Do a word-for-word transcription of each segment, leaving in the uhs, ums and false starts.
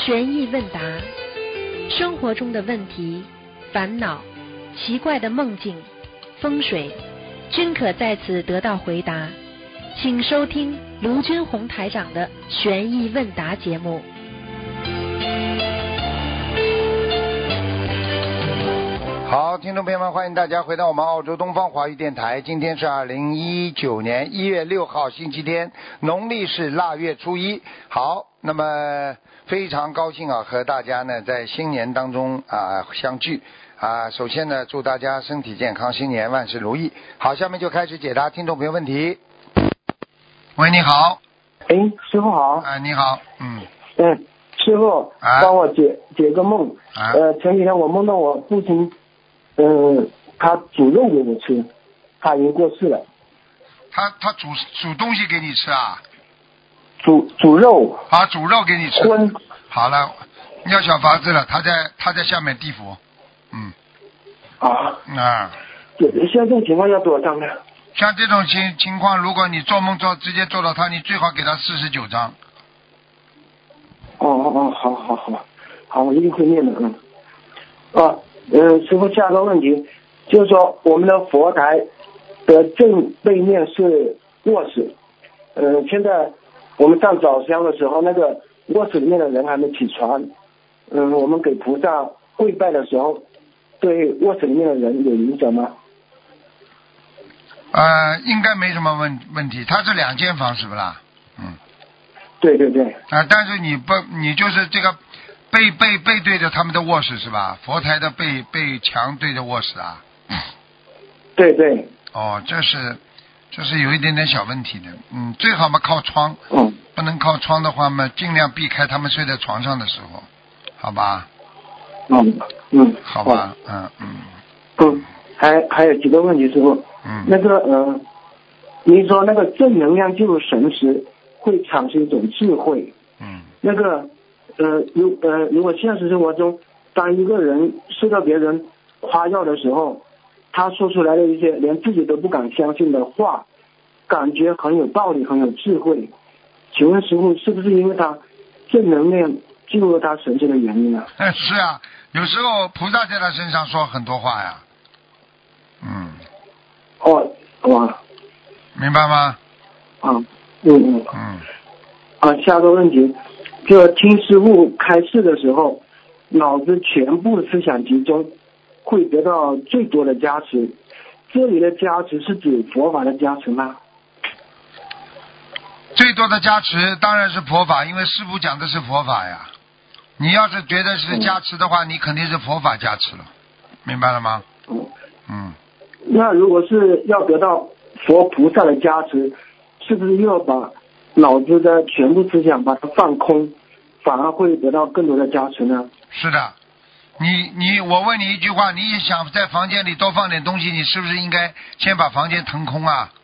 悬疑问答，生活中的问题、烦恼、奇怪的梦境、风水，均可在此得到回答。请收听卢军红台长的悬疑问答节目。 好，听众朋友们，欢迎大家回到我们澳洲东方华语电台。今天是二零一九年一月六号，星期天，农历是腊月初一。好，那么非常高兴啊，和大家呢在新年当中啊相聚啊。首先呢，祝大家身体健康，新年万事如意。好，下面就开始解答听众朋友问题。喂，你好。 哎，师傅好。 啊，你好，嗯。 嗯，师傅， 啊、 帮我解解个梦。 啊、 呃，前几天我梦到我父亲，嗯，他煮肉给我吃，他已经过世了。 他他煮煮东西给你吃啊？ 煮煮肉。 啊，煮肉给你吃。 荤。 好了，要小房子了，他在他在下面地府。嗯。 啊。 啊。 像这种情况要多少张呢？ 像这种情情况，如果你做梦做直接做到他，你最好给他四十九张。 哦哦哦，好好好，好，我一定会念的，嗯。啊，呃，师傅，下个问题就是说，我们的佛台的正背面是卧室，呃，现在我们上早香的时候，那个卧室里面的人还没起床，嗯，我们给菩萨跪拜的时候，对卧室里面的人有影响吗？ 呃，应该没什么问问题，它是两间房是不啦？嗯。 对对对。 啊、呃，但是你不，你就是这个背背背对着他们的卧室是吧？佛台的背背墙对着卧室啊。 对对。 哦，这是这是有一点点小问题的，嗯，最好嘛靠窗， 嗯， 不能靠窗的话嘛，尽量避开他们睡在床上的时候，好吧？ 嗯嗯。 好吧，嗯嗯。 嗯，还还有几个问题，师傅。 嗯。 那个呃，您说那个正能量进入神识会产生一种智慧。 嗯。 那个呃，如呃，如果现实生活中，当一个人受到别人夸耀的时候，他说出来的一些连自己都不敢相信的话，感觉很有道理，很有智慧。请问师傅，是不是因为他正能量进入了他神识的原因呢？ 是啊，有时候菩萨在他身上说很多话呀。嗯。 哦，哇。 明白吗？ 啊，嗯嗯。 嗯。 啊，下个问题，就听师傅开示的时候，脑子全部思想集中，会得到最多的加持。这里的加持是指佛法的加持吗？ 最多的加持当然是佛法，因为师父讲的是佛法呀。你要是觉得是加持的话，嗯、你肯定是佛法加持了，明白了吗？ 嗯。 嗯。 那如果是要得到佛菩萨的加持，是不是又要把脑子的全部思想把它放空，反而会得到更多的加持呢？ 是的，你你我问你一句话，你想在房间里多放点东西，你是不是应该先把房间腾空啊？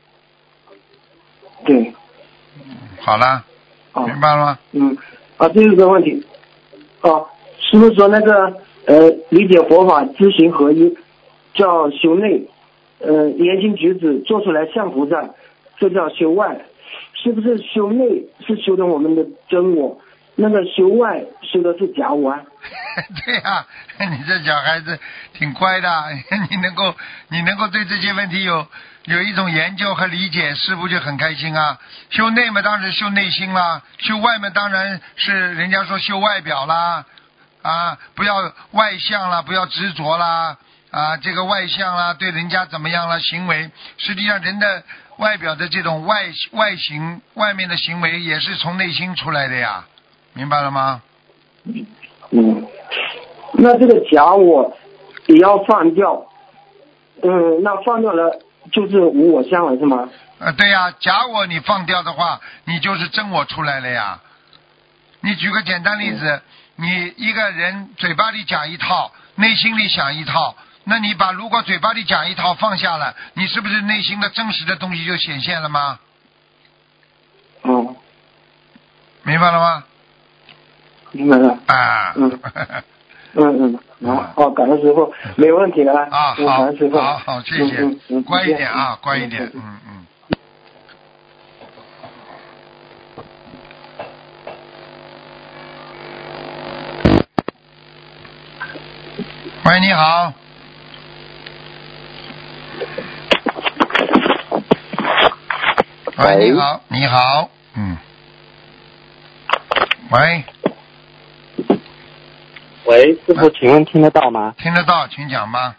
对。 好了， 啊、 明白了吗？ 嗯。啊，第二个问题，啊，师父说那个呃，理解佛法知行合一，叫修内，呃，言行举止做出来像菩萨，这叫修外。是不是修内是修的我们的真我，那个修外修的是假我啊？ 对呀、啊，你这小孩子挺乖的，你能够你能够对这些问题有有一种研究和理解，师父就很开心啊。修内嘛，当然修内心啦；修外嘛，当然是人家说修外表啦，啊，不要外向啦，不要执着啦，啊，这个外向啦，对人家怎么样啦，行为，实际上人的外表的这种外外形，外面的行为也是从内心出来的呀，明白了吗？ 嗯，那这个假我也要放掉，嗯，那放掉了就是无我相了是吗？ 呃，对呀，假我你放掉的话，你就是真我出来了呀。你举个简单例子，嗯、你一个人嘴巴里讲一套，内心里想一套，那你把如果嘴巴里讲一套放下了，你是不是内心的真实的东西就显现了吗？ 哦， 明白了吗？ 明白了。 啊。 嗯嗯嗯，好，好，感恩师傅，没问题了啊。 嗯、 好， 感恩师傅， 好好，谢谢， 嗯嗯、 乖一点啊，乖一点，嗯嗯。 喂，你好。喂，你好，你好，嗯。喂。 喂，师傅，请问听得到吗？ 听得到，请讲吧。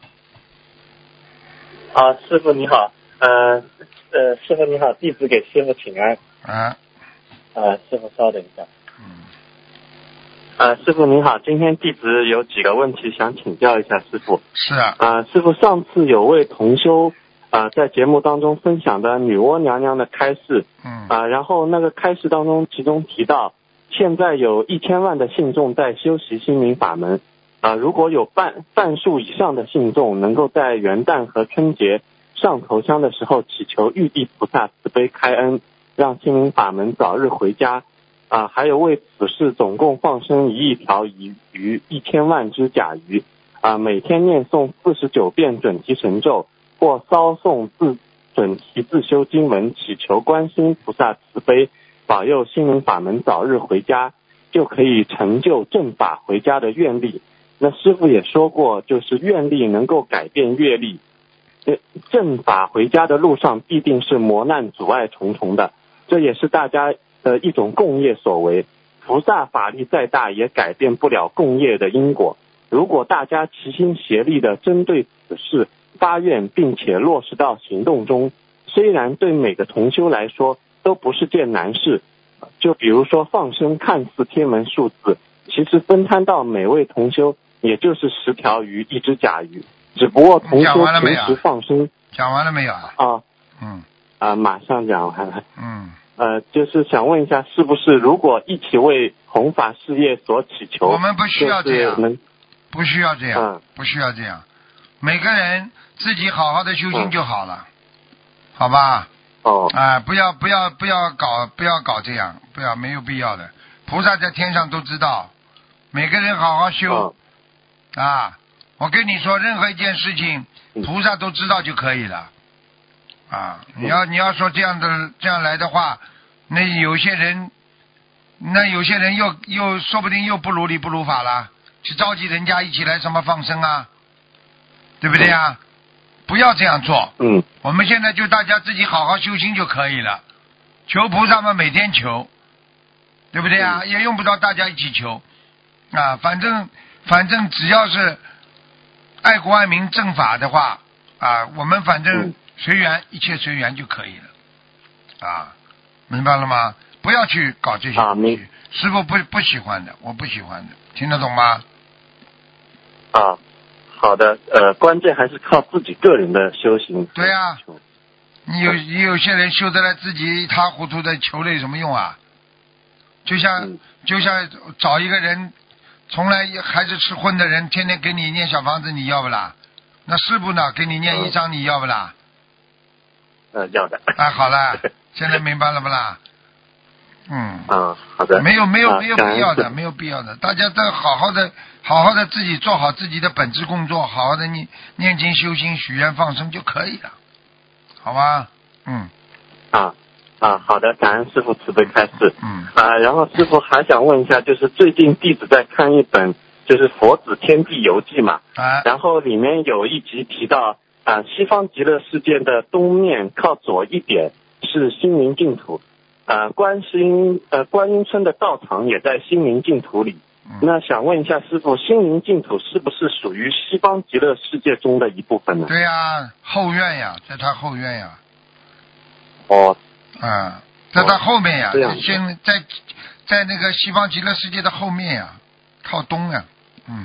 啊，师傅你好，呃呃，师傅你好，弟子给师傅请安。 啊。 呃，师傅稍等一下。 嗯。 呃，师傅您好，今天弟子有几个问题想请教一下师傅。 是啊。 呃，师傅上次有位同修啊、呃，在节目当中分享的女娲娘娘的开示。 嗯。 啊、呃，然后那个开示当中，其中提到，现在有一千万的信众在修习心灵法门。啊、呃，如果有半半数以上的信众能够在元旦和春节上头香的时候祈求玉帝菩萨慈悲开恩，让心灵法门早日回家。啊、呃，还有为此事总共放生一亿条鱼鱼一千万只甲鱼。啊、呃，每天念诵四十九遍准提神咒，或烧诵自准提自修经文，祈求观世音菩萨慈悲，保佑心灵法门早日回家，就可以成就正法回家的愿力。那师父也说过，就是愿力能够改变业力，正法回家的路上必定是磨难阻碍重重的，这也是大家的一种共业所为。菩萨法力再大，也改变不了共业的因果。如果大家齐心协力的针对此事发愿，并且落实到行动中，虽然对每个同修来说都不是件难事，就比如说放生看似天文数字，其实分摊到每位同修也就是十条鱼一只甲鱼，只不过同修平时放生。 讲完了没有啊？ 啊， 嗯啊，马上讲完了。 嗯。 呃，就是想问一下，是不是如果一起为弘法事业所祈求， 我们不需要这样， 能不需要这样、 嗯， 不需要这样，每个人自己好好的修行就好了，嗯、好吧？ 哦， 啊、呃，不要不要不要搞不要搞这样，不要没有必要的。菩萨在天上都知道，每个人好好修、哦、啊！我跟你说，任何一件事情，菩萨都知道就可以了。啊，你要你要说这样的这样来的话，那有些人，那有些人又又说不定又不如理不如法了，去召集人家一起来什么放生啊，对不对啊？不要这样做。 嗯。 我们现在就大家自己好好修心就可以了，求菩萨嘛，每天求，对不对啊？也用不着大家一起求，啊，反正反正只要是爱国爱民正法的话，啊，我们反正。随缘，一切随缘就可以了，啊，明白了吗？不要去搞这些东西，师父不不喜欢的，我不喜欢的，听得懂吗？ 啊，好的，呃，关键还是靠自己个人的修行。 对啊，你有你有些人修得来自己一塌糊涂的求了有什么用啊？就像、嗯、就像找一个人从来还是吃荤的人，天天给你念小房子，你要不啦？那师父呢？给你念一张，你要不啦？ 呃，要的。 啊，好了，现在明白了不啦？嗯。 啊，好的。 没有没有没有必要的，没有必要的，大家都好好的好好的自己做好自己的本职工作，好好的念念经修心许愿放生就可以了，好吧？嗯。 啊啊，好的，感恩师父慈悲开示。 嗯。 啊，然后师父还想问一下，就是最近弟子在看一本就是《佛子天地游记》嘛， 啊， 然后里面有一集提到。啊，西方极乐世界的东面靠左一点是心灵净土，呃，观世音呃观音村的道场也在心灵净土里。 嗯、 那想问一下师父，心灵净土是不是属于西方极乐世界中的一部分呢？ 对呀、啊，后院呀，在他后院呀。 哦。 啊，在他后面呀， 哦、 先在在那个西方极乐世界的后面呀，靠东呀，嗯。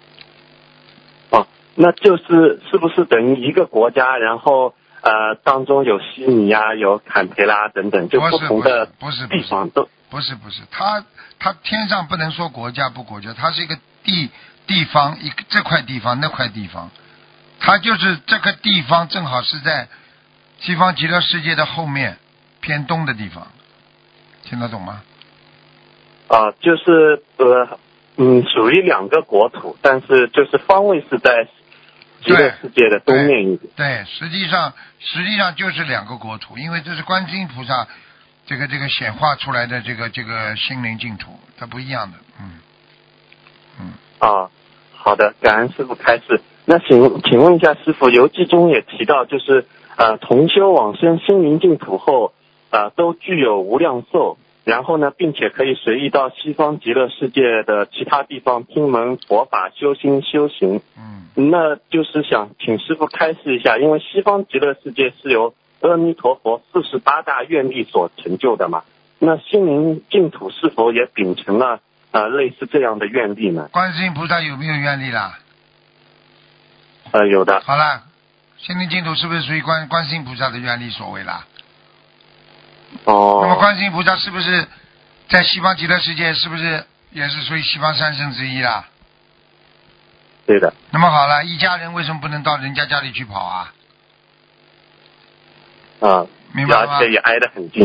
那就是是不是等于一个国家，然后呃当中有悉尼呀、有坎培拉等等，就不同的地方都不是不是，它它天上不能说国家不国家，它是一个地地方，一个这块地方那块地方，它就是这个地方正好是在西方极乐世界的后面偏东的地方，听得懂吗？ 啊、呃，就是呃嗯属于两个国土，但是就是方位是在极乐世界的东面一点。 对，对，实际上实际上就是两个国土，因为这是观世音菩萨这个这个显化出来的这个这个心灵净土，它不一样的，嗯嗯。 啊， 好的，感恩师父开示。那请请问一下师父，游记中也提到，就是呃同修往生心灵净土后，呃都具有无量寿，然后呢，并且可以随意到西方极乐世界的其他地方听闻佛法、修心修行。 嗯， 那就是想请师父开示一下，因为西方极乐世界是由阿弥陀佛四十八大愿力所成就的嘛，那心灵净土是否也秉承了呃类似这样的愿力呢？ 观世音菩萨有没有愿力啦？ 呃，有的。 好了，心灵净土是不是属于观观世音菩萨的愿力所为啦？ 哦。 那么观世音菩萨是不是在西方极乐世界是不是也是属于西方三圣之一啦？ 对的。 那么好了，一家人为什么不能到人家家里去跑啊？ 啊， 明白吗？ 而且也挨得很近。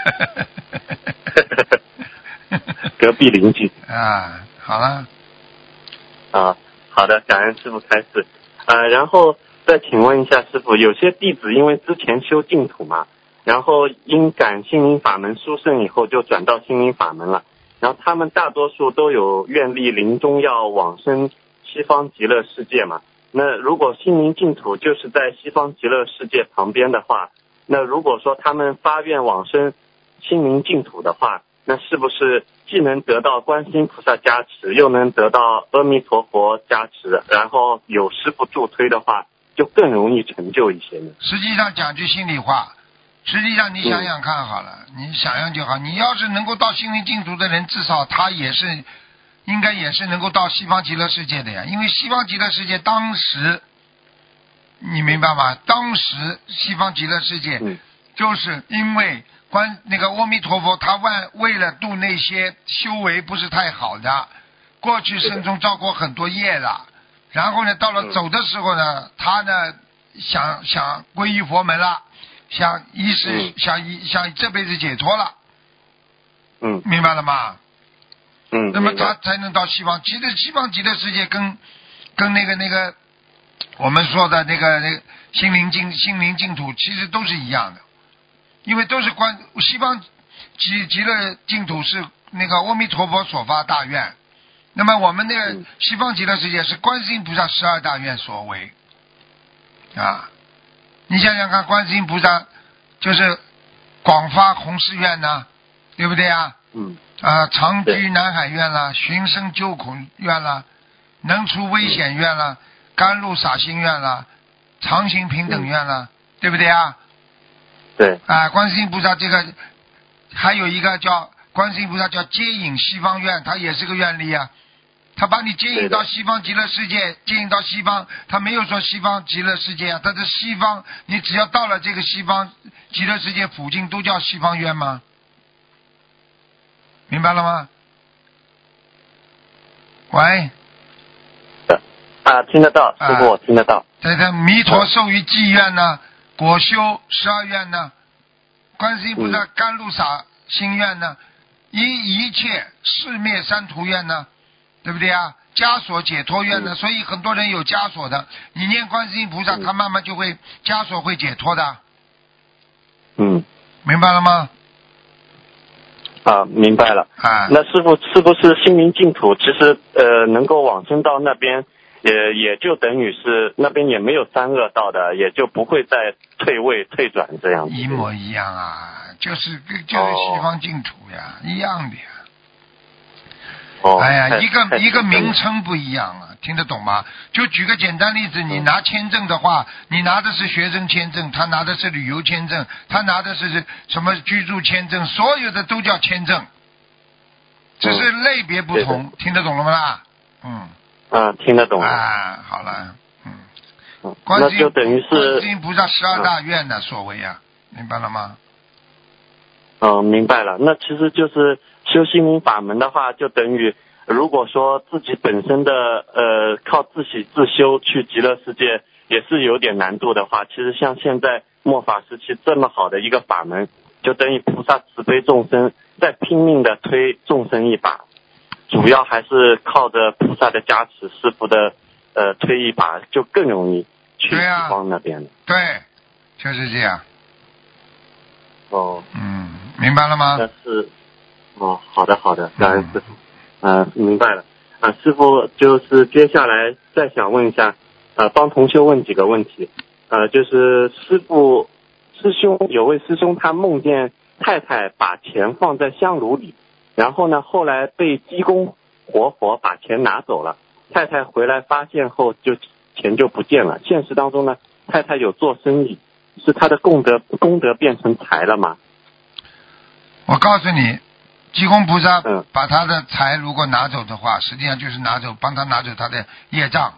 隔壁邻居。 啊，好了。 啊，好的，感恩师父开示。呃，然后再请问一下师父，有些弟子因为之前修净土嘛，然后因感心灵法门殊胜以后就转到心灵法门了，然后他们大多数都有愿力临终要往生西方极乐世界嘛。那如果心灵净土就是在西方极乐世界旁边的话，那如果说他们发愿往生心灵净土的话，那是不是既能得到观世音菩萨加持，又能得到阿弥陀佛加持，然后有师父助推的话，就更容易成就一些呢？ 实际上讲句心里话，实际上你想想看好了，嗯、你想想就好。你要是能够到心灵净土的人，至少他也是应该也是能够到西方极乐世界的呀。因为西方极乐世界当时你明白吗？当时西方极乐世界就是因为观那个阿弥陀佛他为为了度那些修为不是太好的，过去生中造过很多业了，然后呢到了走的时候呢，他呢想想皈依佛门了，想一时想一想这辈子解脱了， 嗯， 明白了吗？ 嗯， 那么他才能到西方极乐西方极乐世界跟跟那个那个我们说的那个那个心灵净心灵净土其实都是一样的，因为都是观西方极极乐净土是那个阿弥陀佛所发大愿，那么我们那个西方极乐世界是观世音菩萨十二大愿所为啊。你想想看，观世音菩萨就是广发弘誓愿呐，对不对啊？ 嗯。 啊，长居南海愿啦，寻声救苦愿啦，能除危险愿啦，甘露洒心愿啦，常行平等愿啦，对不对啊？ 对。 啊，观世音菩萨这个还有一个叫观世音菩萨叫接引西方愿，它也是个愿力啊。他把你接引到西方极乐世界，接引到西方，他没有说西方极乐世界啊，他是西方，你只要到了这个西方极乐世界附近都叫西方愿吗？明白了吗？喂。 啊，听得到，师父，我听得到。 对对，弥陀授予妓愿呢，果修十二愿呢，观世音菩萨甘露洒心愿呢，一一切世灭三途愿呢，对不对啊？枷锁解脱愿呢，所以很多人有枷锁的，你念观世音菩萨，他慢慢就会枷锁会解脱的。 嗯， 明白了吗？ 啊，明白了。 啊， 那师父是不是心灵净土其实呃能够往生到那边，也也就等于是那边也没有三恶道的，也就不会再退位退转这样子。 一模一样啊，就是就是西方净土呀，哦、一样的呀。 哦。 哎呀，一个一个名称不一样啊，听得懂吗？就举个简单例子，你拿签证的话，你拿的是学生签证，他拿的是旅游签证，他拿的是什么居住签证，所有的都叫签证，只是类别不同，嗯、听得懂了吗啦？嗯。 啊，听得懂了。 啊，好了，嗯。 嗯、那就等于是观世音菩萨十二大愿的所谓啊，嗯、明白了吗？ 嗯，明白了。那其实就是修心灵法门的话，就等于如果说自己本身的呃靠自己自修去极乐世界也是有点难度的话，其实像现在末法时期这么好的一个法门，就等于菩萨慈悲众生在拼命的推众生一把，主要还是靠着菩萨的加持，师父的呃推一把，就更容易去西方那边了。 对、啊，对，就是这样。 哦， 嗯，明白了吗？ 那是，哦，好的好的，感恩师父，嗯、呃，明白了。啊、 啊，师傅就是接下来再想问一下，呃，帮同修问几个问题，呃，就是师傅师兄有位师兄他梦见太太把钱放在香炉里，然后呢后来被鸡公活佛把钱拿走了，太太回来发现后就钱就不见了。现实当中呢，太太有做生意，是她的功德功德变成财了吗？ 我告诉你，济公菩萨嗯把他的财如果拿走的话，实际上就是拿走，帮他拿走他的业障。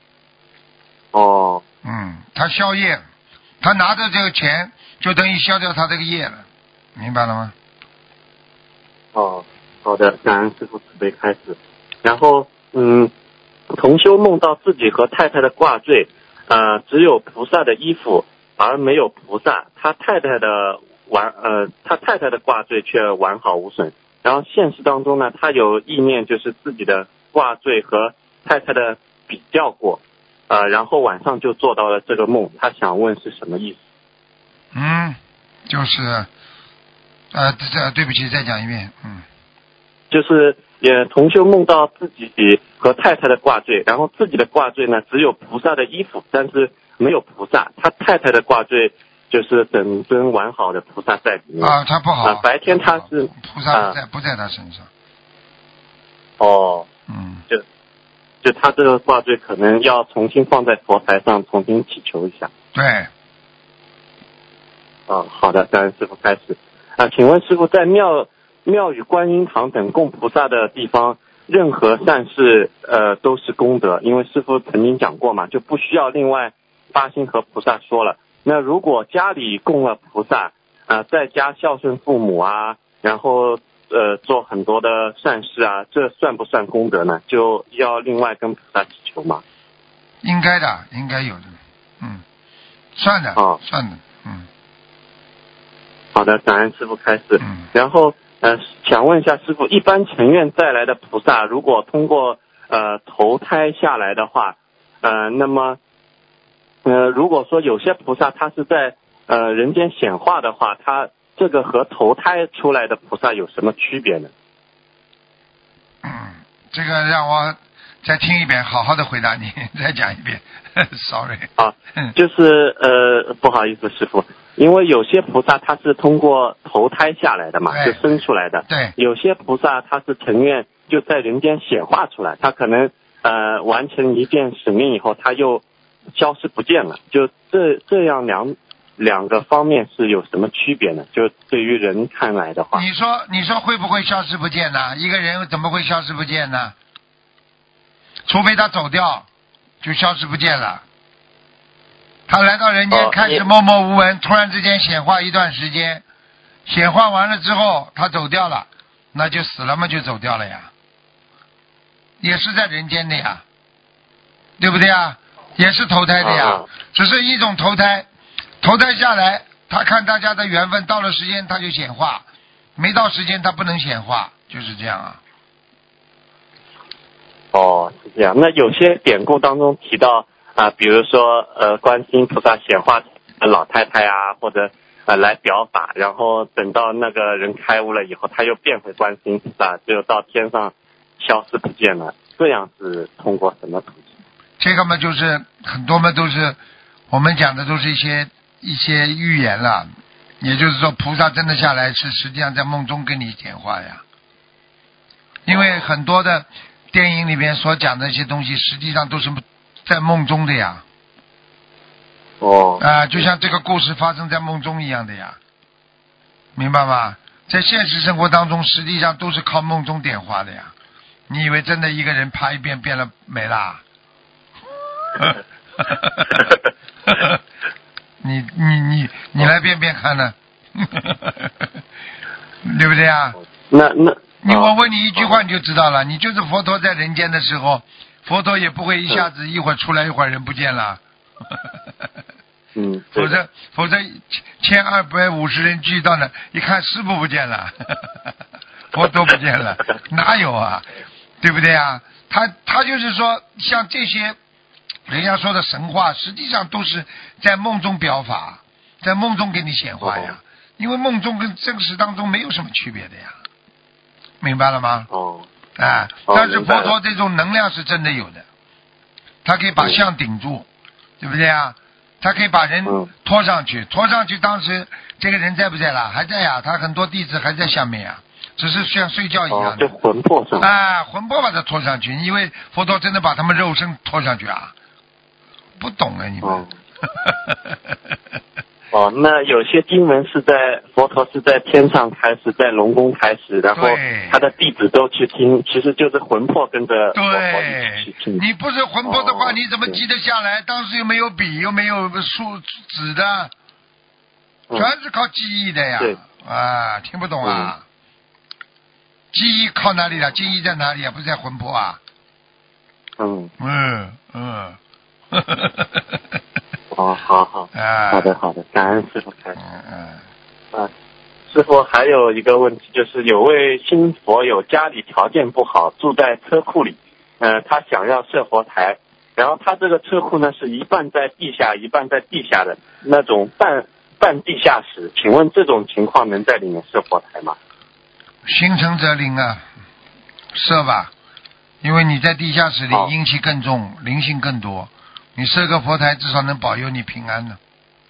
哦， 嗯，他消业，他拿着这个钱就等于消掉他这个业了，明白了吗？ 哦，好的，感恩师父慈悲开始。然后，嗯，同修梦到自己和太太的挂坠，呃，只有菩萨的衣服，而没有菩萨。他太太的完，呃，他太太的挂坠却完好无损。然后现实当中呢，他有意念就是自己的挂坠和太太的比较过，呃，然后晚上就做到了这个梦。他想问是什么意思？ 嗯，就是，呃，这对不起，再讲一遍，嗯。 就是也同修梦到自己和太太的挂坠，然后自己的挂坠呢只有菩萨的衣服，但是没有菩萨。他太太的挂坠就是整尊完好的菩萨在里面。 啊，他不好。 啊、白天他是菩萨不在、 啊、 不在他身上。 哦， 嗯， 就就他这个挂坠可能要重新放在佛台上，重新祈求一下。 对。 啊，好的，感恩师父开始。啊，请问师父在庙庙宇、观音堂等供菩萨的地方，任何善事呃都是功德，因为师父曾经讲过嘛，就不需要另外发心和菩萨说了。那如果家里供了菩萨，啊，在家孝顺父母啊，然后呃做很多的善事啊，这算不算功德呢？就要另外跟菩萨祈求吗？ 应该的，应该有的，嗯，算的， 啊， 算的，嗯。 好的，感恩师父开始。 嗯。 然后呃，想问一下师父，一般成愿再来的菩萨，如果通过呃投胎下来的话，呃，那么呃，如果说有些菩萨他是在呃人间显化的话，他这个和投胎出来的菩萨有什么区别呢？ 嗯，这个让我再听一遍，好好的回答你，再讲一遍，sorry。 啊，就是呃，不好意思，师父。因为有些菩萨他是通过投胎下来的嘛，就生出来的。 对。 有些菩萨他是成愿就在人间显化出来，他可能呃完成一件使命以后，他又消失不见了。就这这样两两个方面是有什么区别呢？就对于人看来的话， 你说你说会不会消失不见呢？一个人怎么会消失不见呢？除非他走掉，就消失不见了。他来到人间开始默默无闻，突然之间显化一段时间，显化完了之后他走掉了，那就死了嘛，就走掉了呀，也是在人间的呀，对不对呀？也是投胎的呀，只是一种投胎，投胎下来他看大家的缘分，到了时间他就显化，没到时间他不能显化，就是这样啊。 哦，是这样。那有些典故当中提到啊、呃，比如说呃，观世音菩萨显化老太太啊，或者呃来表法，然后等到那个人开悟了以后，他又变回观世音菩萨，就到天上消失不见了。这样是通过什么途径？ 这个嘛，就是很多嘛都是我们讲的都是一些一些预言了，也就是说菩萨真的下来是实际上在梦中跟你讲话呀，因为很多的电影里面所讲的一些东西，实际上都是在梦中的呀。 哦。 啊、呃，就像这个故事发生在梦中一样的呀，明白吗？在现实生活当中，实际上都是靠梦中点化的呀。你以为真的一个人啪一变变了没啦？你你你你来变变看呢？对不对啊？ 那那。 你我问你一句话你就知道了，你就是佛陀在人间的时候，佛陀也不会一下子一会儿出来一会儿人不见了。 嗯。 否则否则千二百五十人聚到那，一看师父不见了，佛陀不见了，哪有啊？对不对啊？他他就是说，像这些人家说的神话，实际上都是在梦中表法，在梦中给你显化呀。因为梦中跟真实当中没有什么区别的呀。明白了吗？ 哦， 啊， 哦但是明白了佛陀这种能量是真的有的，他可以把像顶住，对不对啊？他可以把人嗯拖上去，拖上去，当时这个人在不在了？还在呀，他很多弟子还在下面呀，只是像睡觉一哦样，的。 就魂魄上。 啊，魂魄把他拖上去，你以为佛陀真的把他们肉身拖上去啊？不懂啊，你们。 哦哦，那有些经文是在佛陀是在天上开始，在龙宫开始，然后对他的弟子都去听，其实就是魂魄跟着佛陀一起去对， 听。 你不是魂魄的话， 哦你怎么记得下来？当时又没有笔，又没有书纸的， 嗯全是靠记忆的呀。 对啊，听不懂啊？记忆靠哪里了？记忆在哪里啊？不是在魂魄啊？ 嗯， 嗯嗯。 哦，好好， 啊， 好的好的，感恩师傅开始。 嗯嗯。 啊，师傅还有一个问题，就是有位新佛友家里条件不好，住在车库里，呃，他想要设佛台，然后他这个车库呢是一半在地下，一半在地下的那种半半地下室，请问这种情况能在里面设佛台吗？ 心诚则灵啊，设吧，因为你在地下室里好阴气更重，灵性更多，你设个佛台至少能保佑你平安的。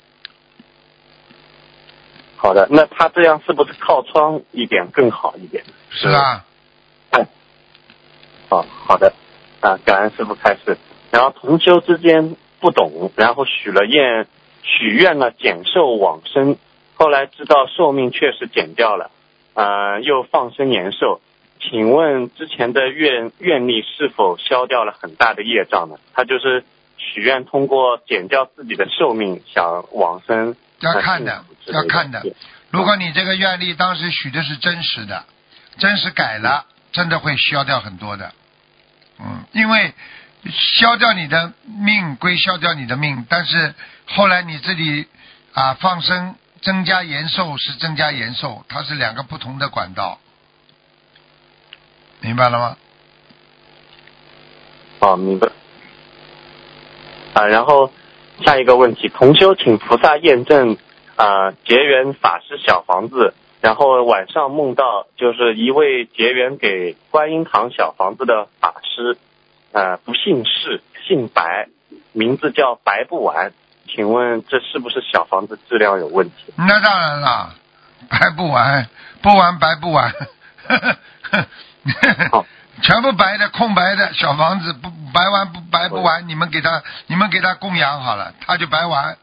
好的，那他这样是不是靠窗一点更好一点？ 是啊， 嗯，哦，好的，啊，感恩师傅开示。然后同修之间不懂，然后许了愿，许愿了减寿往生，后来知道寿命确实减掉了，呃，又放生延寿。请问之前的愿愿力是否消掉了很大的业障呢？他就是许愿通过减掉自己的寿命，想往生。 要看的，要看的。如果你这个愿力当时许的是真实的，真实改了，真的会消掉很多的。嗯，因为消掉你的命归消掉你的命，但是后来你这里啊放生增加延寿是增加延寿，它是两个不同的管道，明白了吗？ 哦，明白。啊，然后下一个问题，同修请菩萨验证啊、呃、结缘法师小房子，然后晚上梦到就是一位结缘给观音堂小房子的法师，呃不姓释，姓白，名字叫白不完，请问这是不是小房子质量有问题？ 那当然了，白不完，不完白不完， 好全部白的空白的小房子不白完不白不完，你们给他你们给他供养好了，他就白完。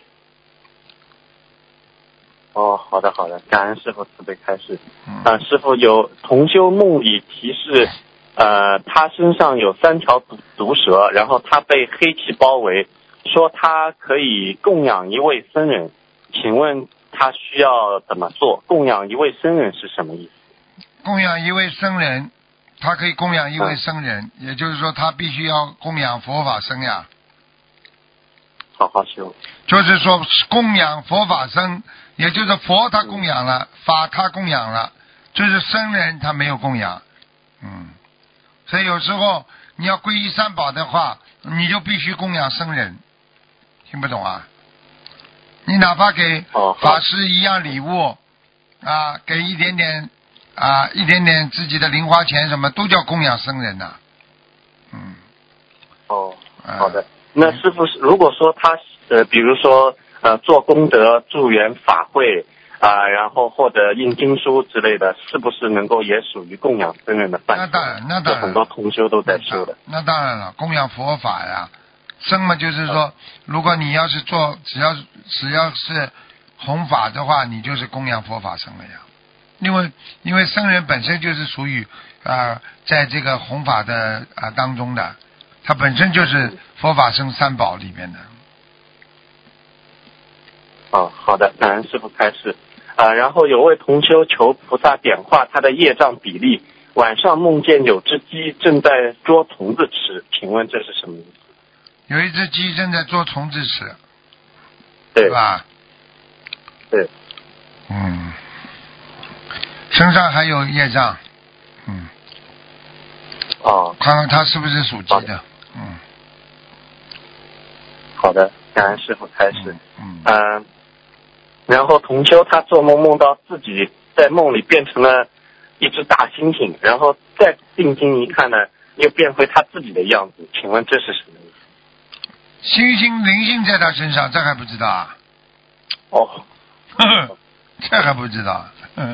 哦，好的好的，感恩师傅慈悲开示。啊、呃，师傅有同修梦里提示，呃，他身上有三条毒毒蛇，然后他被黑气包围，说他可以供养一位僧人，请问他需要怎么做？供养一位僧人是什么意思？ 供养一位僧人，他可以供养一位僧人，嗯、也就是说他必须要供养佛法僧呀。 好好修。 就是说供养佛法僧，也就是佛他供养了，嗯、法他供养了，就是僧人他没有供养。嗯，所以有时候你要皈依三宝的话，你就必须供养僧人。听不懂啊？你哪怕给法师一样礼物啊，给一点点啊，一点点自己的零花钱什么，都叫供养僧人呐、啊。嗯。 哦，好的。那师傅，如果说他呃，比如说呃，做功德、助缘法会啊、呃，然后或者印经书之类的，是不是能够也属于供养僧人的范畴？ 那当然，那当然， 很多同修都在修的。 那当然了，供养佛法呀，僧嘛就是说，如果你要是做，只要只要是弘法的话，你就是供养佛法僧了呀。因为因为僧人本身就是属于啊、呃，在这个弘法的啊、呃、当中的。它本身就是佛法僧三宝里面的。 哦，好的，感恩师父开示。啊、呃，然后有位同修求菩萨点化他的业障比例，晚上梦见有只鸡正在捉虫子吃，请问这是什么意思？ 有一只鸡正在捉虫子吃， 对， 是吧？ 对。 嗯，身上还有业障，嗯。 哦。 看看他是不是属鸡的。嗯， 好的，感恩师父开示。 嗯， 嗯、呃，然后同修他做梦梦到自己在梦里变成了一只大猩猩，然后再定睛一看呢，又变回他自己的样子，请问这是什么意思？ 猩猩灵性在他身上，这还不知道啊？ 哦， 呵呵，这还不知道？嗯。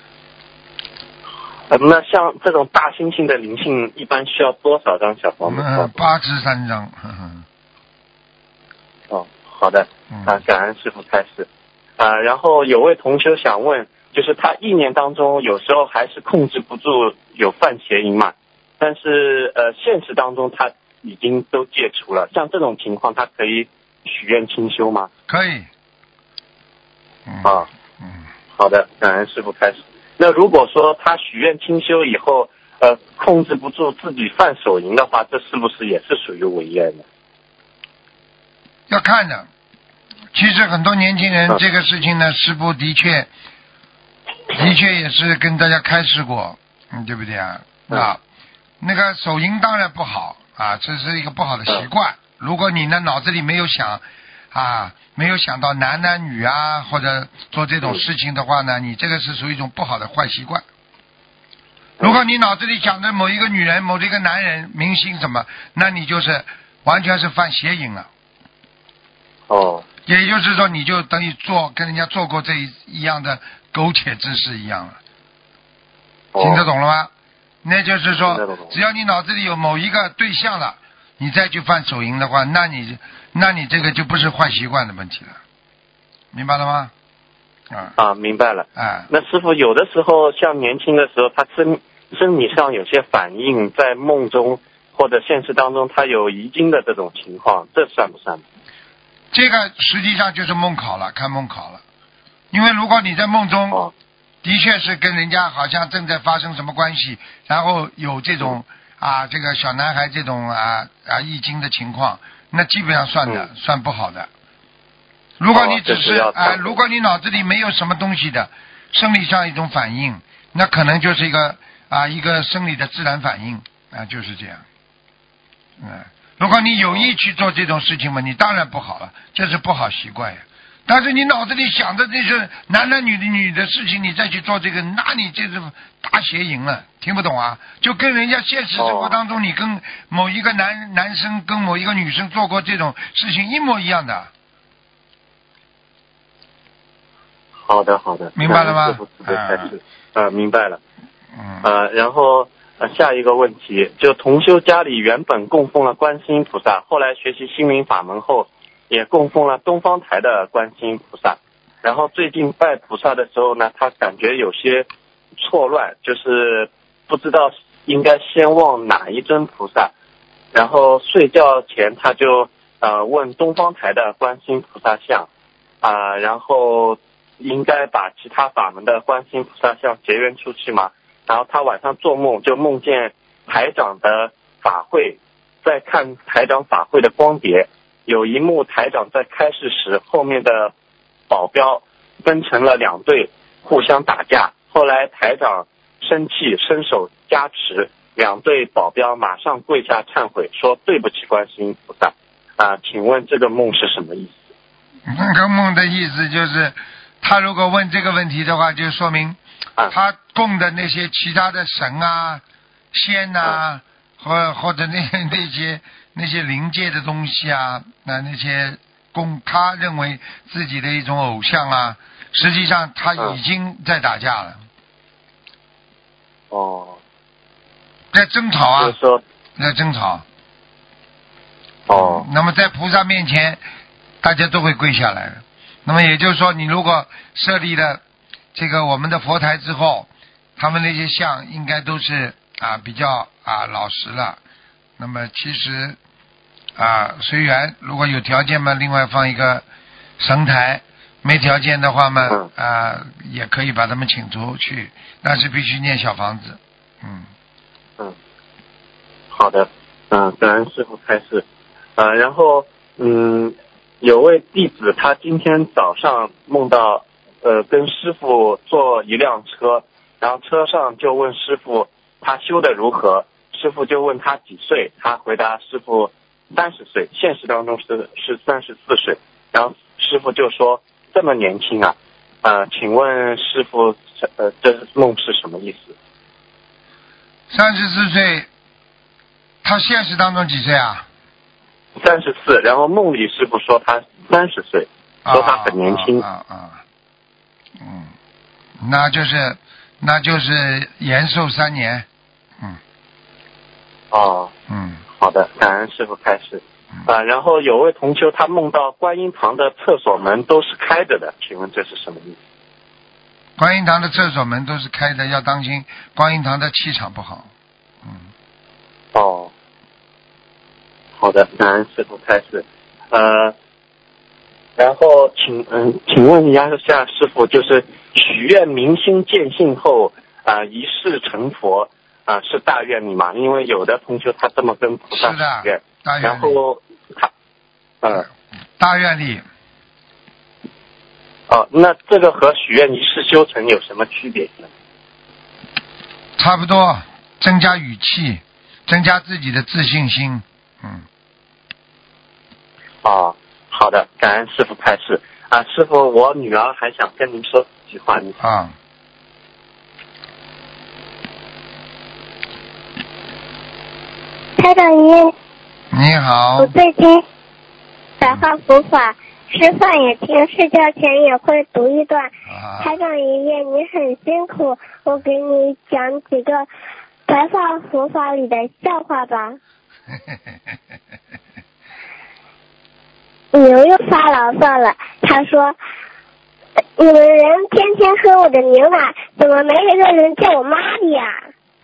呃，那像这种大猩猩的灵性，一般需要多少张小房子？ 嗯，八十三张。呵呵。 哦，好的，啊，感恩师父开示。啊，然后有位同学想问，就是他意念当中有时候还是控制不住有犯邪淫嘛，但是呃现实当中他已经都戒除了，像这种情况他可以许愿清修吗？ 可以。嗯、 啊， 嗯， 好的，感恩师父开始。那如果说他许愿清修以后，呃，控制不住自己犯手淫的话，这是不是也是属于违愿呢？ 要看的。其实很多年轻人这个事情呢，师父的确，的确也是跟大家开示过，嗯，对不对啊？啊，那个手淫当然不好啊，这是一个不好的习惯。如果你呢脑子里没有想啊，没有想到男男女啊，或者做这种事情的话呢，你这个是属于一种不好的坏习惯。如果你脑子里想着某一个女人、某一个男人、明星什么，那你就是完全是犯邪淫了。 哦。 也就是说，你就等于做跟人家做过这一一样的苟且之事一样了。 哦、 听得懂了吗？那就是说，只要你脑子里有某一个对象了，你再去犯手淫的话，那你那你这个就不是坏习惯的问题了，明白了吗？啊啊，明白了。 哎， 那师父有的时候像年轻的时候，他身生理上有些反应，在梦中或者现实当中，他有遗精的这种情况，这算不算？ 这个实际上就是梦考了，看梦考了。因为如果你在梦中、哦、的确是跟人家好像正在发生什么关系，然后有这种、嗯、啊这个小男孩这种啊啊遗精的情况，那基本上算的、嗯、算不好的。如果你只是啊、哦，如果你脑子里没有什么东西的，生理上一种反应，那可能就是一个啊一个生理的自然反应啊，就是这样。嗯。如果你有意去做这种事情嘛，你当然不好了，这是不好习惯呀。但是你脑子里想的这是男的女的女的事情，你再去做这个，那你这是大邪淫了，听不懂啊？就跟人家现实生活当中，你跟某一个男男生跟某一个女生做过这种事情一模一样的。 好的，好的， 明白了吗？ 啊，呃，明白了。 嗯。 呃，然后。呃，下一个问题，就同修家里原本供奉了观世音菩萨，后来学习心灵法门后，也供奉了东方台的观世音菩萨。然后最近拜菩萨的时候呢，他感觉有些错乱，就是不知道应该先望哪一尊菩萨。然后睡觉前他就呃问东方台的观世音菩萨像啊、呃，然后应该把其他法门的观世音菩萨像结缘出去吗？然后他晚上做梦就梦见台长的法会，在看台长法会的光碟，有一幕台长在开示时，后面的保镖分成了两队互相打架，后来台长生气伸手加持，两队保镖马上跪下忏悔，说对不起观世音菩萨啊，请问这个梦是什么意思？ 那个梦的意思就是，他如果问这个问题的话，就说明他供的那些其他的神啊、仙啊，或或者那那些那些灵界的东西啊，那那些供他认为自己的一种偶像啊，实际上他已经在打架了。 哦。 在争吵啊。 就是说。 在争吵。 哦。 那么在菩萨面前，大家都会跪下来的。那么也就是说，你如果设立了这个我们的佛台之后，他们那些像应该都是啊比较啊老实了。那么其实啊随缘，如果有条件嘛，另外放一个神台；没条件的话嘛，啊也可以把他们请出去，但是必须念小房子。嗯。 嗯。好的。嗯，感恩师父开示。呃，然后嗯，有位弟子他今天早上梦到。呃，跟师傅坐一辆车，然后车上就问师傅他修的如何，师傅就问他几岁，他回答师傅三十岁，现实当中是是三十四岁，然后师傅就说这么年轻啊，呃，请问师傅呃这梦是什么意思？ 三十四岁，他现实当中几岁啊？ 三十四，然后梦里师傅说他三十岁，说他很年轻。 啊啊啊啊嗯，那就是那就是延寿三年。嗯。 哦。 嗯。 好的，感恩师傅开示。啊，然后有位同修他梦到观音堂的厕所门都是开着的，请问这是什么意思？ 观音堂的厕所门都是开的，要当心观音堂的气场不好。嗯。 哦。好的，感恩师傅开示。呃，然后请嗯，请问一下师傅，就是许愿明心见性后啊、呃，一世成佛啊、呃，是大愿力吗？因为有的同修他这么跟菩萨许愿， 大愿力， 然后他呃大愿力。 哦，那这个和许愿一世修成有什么区别呢？ 差不多，增加语气，增加自己的自信心。嗯。 哦，好的，感恩师傅开示啊，师傅，我女儿还想跟您说几句话，你啊。 台长您你好。 我最近白话佛法，吃饭也听，睡觉前也会读一段。 啊、 台长爷爷，你很辛苦，我给你讲几个白话佛法里的笑话吧。牛又发牢骚了，他说：“你们人天天喝我的牛奶，怎么没一个人叫我妈的呀？”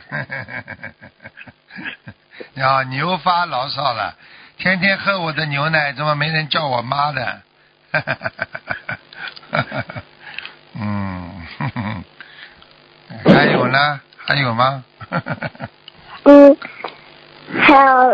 呀，牛发牢骚了，天天喝我的牛奶，怎么没人叫我妈的？嗯，还有呢？还有吗？ 嗯，还有。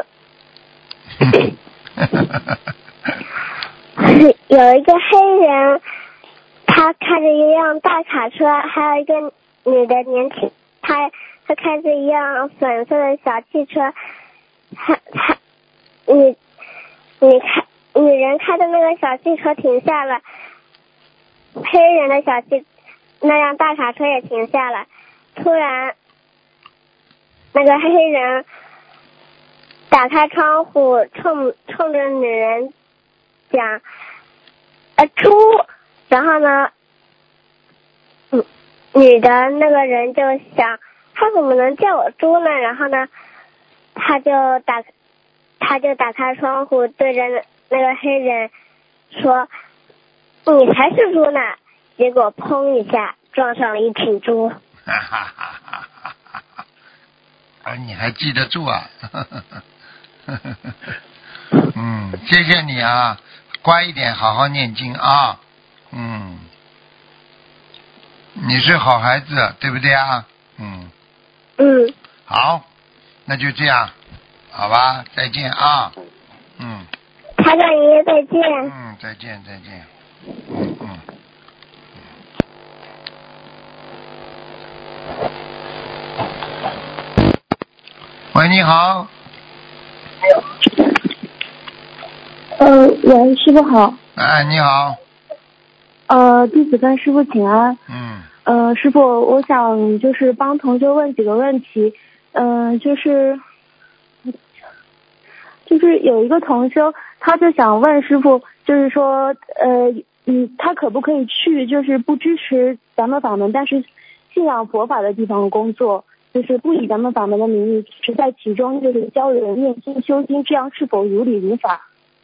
有一个黑人，他开着一辆大卡车，还有一个女的年轻，他他开着一辆粉色的小汽车，他他女女开女人开的那个小汽车停下了，黑人的小汽那辆大卡车也停下了，突然那个黑人打开窗户，冲冲着女人讲呃猪，然后呢，嗯，女的那个人就想，他怎么能叫我猪呢？然后呢，他就打，他就打开窗户，对着那个黑人说：“你才是猪呢！”结果砰一下撞上了一群猪。 哈哈哈哈哈哈！啊，你还记得住啊？嗯，谢谢你啊。乖一点，好好念经啊！嗯，你是好孩子，对不对啊？嗯。 嗯。 好，那就这样，好吧，再见啊！嗯。 台长爷爷再见。 嗯，再见再见。嗯嗯。喂，你好。 呃，喂，师傅好。 哎，你好。 呃，弟子跟师傅请安。 嗯。 呃，师傅，我想就是帮同学问几个问题。嗯、呃，就是，就是有一个同修，他就想问师傅，就是说，呃，嗯，他可不可以去就是不支持咱们法门，但是信仰佛法的地方工作，就是不以咱们法门的名义，只在其中就是教人念经修经，这样是否如理如法？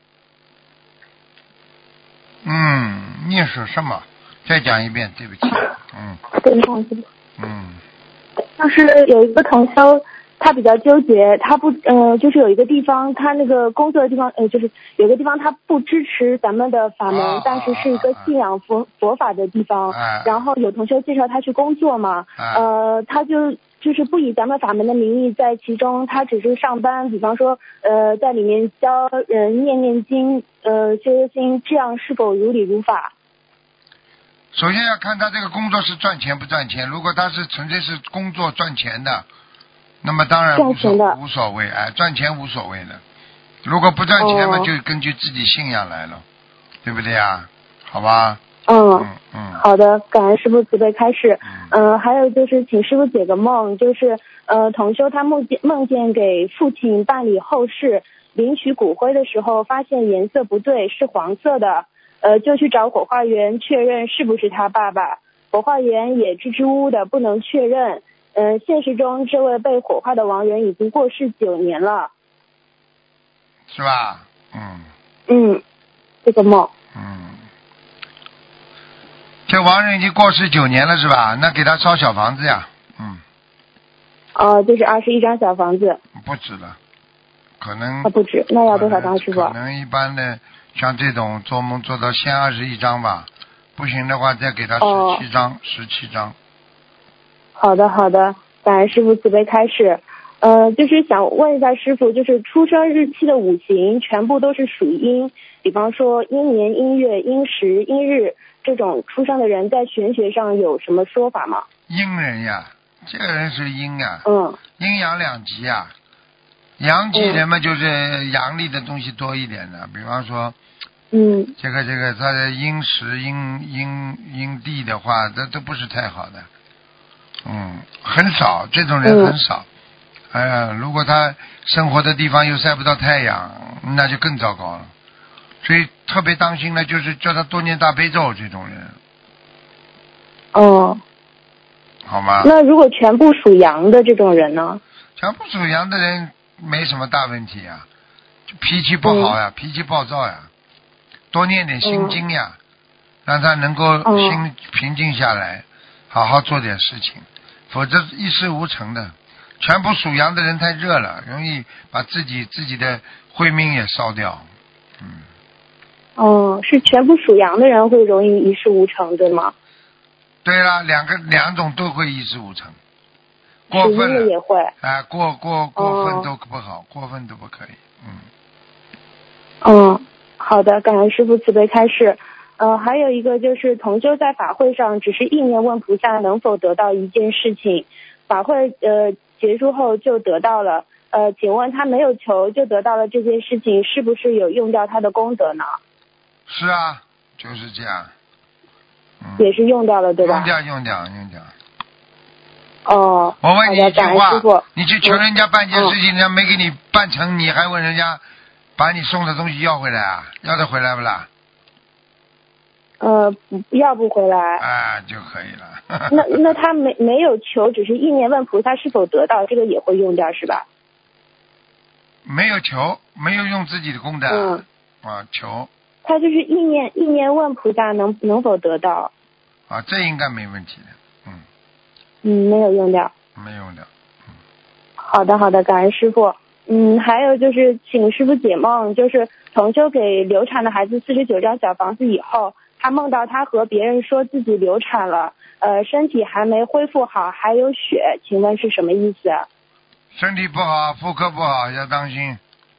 嗯，念是什么？再讲一遍，对不起。嗯。 对不起。 嗯。 就是有一个同修，他比较纠结，他不呃，就是有一个地方，他那个工作的地方，呃，就是有个地方他不支持咱们的法门， 啊、 但是是一个信仰佛、啊、佛法的地方、 啊。 然后有同修介绍他去工作嘛， 啊、 呃，他就就是不以咱们法门的名义在其中，他只是上班，比方说呃，在里面教人念念经，呃，修修心，这样是否如理如法？ 首先要看他这个工作是赚钱不赚钱，如果他是纯粹是工作赚钱的，那么当然无所无所谓，哎，赚钱无所谓的。如果不赚钱嘛， 哦、 就根据自己信仰来了，对不对啊？好吧。 嗯嗯嗯。 好的，感恩师傅慈悲开示。嗯、呃，还有就是请师傅解个梦，就是呃，同修他梦见梦见给父亲办理后事，领取骨灰的时候发现颜色不对，是黄色的，呃，就去找火化员确认是不是他爸爸，火化员也支支吾吾的不能确认。嗯、呃，现实中这位被火化的亡人已经过世九年了。 是吧？嗯。 嗯，这个梦。 嗯。这亡人已经过世九年了是吧？那给他烧小房子呀。嗯。 哦、呃，就是二十一张小房子。 不止了，可能。 啊，不止，那要多少张师傅？ 可能一般的像这种做梦做到先二十一张吧，不行的话再给他十七张，十七张。 好的好的，感恩师傅慈悲开示。呃，就是想问一下师傅，就是出生日期的五行全部都是属阴，比方说阴年、阴月、阴时、阴日这种出生的人，在玄学上有什么说法吗？ 阴人呀，这个人是阴啊， 嗯， 阴阳两极啊。阳极人嘛，就是阳历的东西多一点的，比方说， 嗯， 这个这个他的阴时、阴阴阴地的话，这都不是太好的。嗯，很少，这种人很少。嗯、哎呀，如果他生活的地方又晒不到太阳，那就更糟糕了。所以特别当心的就是叫他多念大悲咒，这种人。 哦。 好吗？ 那如果全部属阳的这种人呢？ 全部属阳的人没什么大问题呀、啊，就脾气不好呀、啊嗯，脾气暴躁呀，多念点心经呀、嗯，让他能够心平静下来，好好做点事情，否则一事无成的。全部属阳的人太热了，容易把自己自己的慧命也烧掉。嗯。 哦，是全部属阳的人会容易一事无成，对吗？ 对了，两个两种都会一事无成。过分了也会。 啊，过过过分都不好，哦、过分都不可以。嗯。 嗯，好的，感恩师父慈悲开示。呃，还有一个就是同修在法会上只是意念问菩萨能否得到一件事情，法会呃结束后就得到了。呃，请问他没有求就得到了这件事情，是不是有用掉他的功德呢？ 是啊，就是这样。嗯、 也是用掉了，对吧？ 用掉，用掉，用掉。 哦。 我问你一句话， 你去求人家办件事情，人家没给你办成，你还问人家把你送的东西要回来啊？要得回来不啦？ 呃，要不回来。 啊，就可以了。 那那他没没有求，只是意念问菩萨是否得到，这个也会用掉是吧？ 没有求，没有用自己的功德。 嗯。 啊，求。 他就是意念意念问菩萨能能否得到。 啊，这应该没问题的。嗯。 嗯，没有用掉。 没用掉。嗯。 好的好的，感恩师父。嗯，还有就是请师父解梦，就是同修给流产的孩子四十九张小房子以后，他梦到他和别人说自己流产了，呃，身体还没恢复好，还有血，请问是什么意思？ 身体不好，妇科不好，要当心。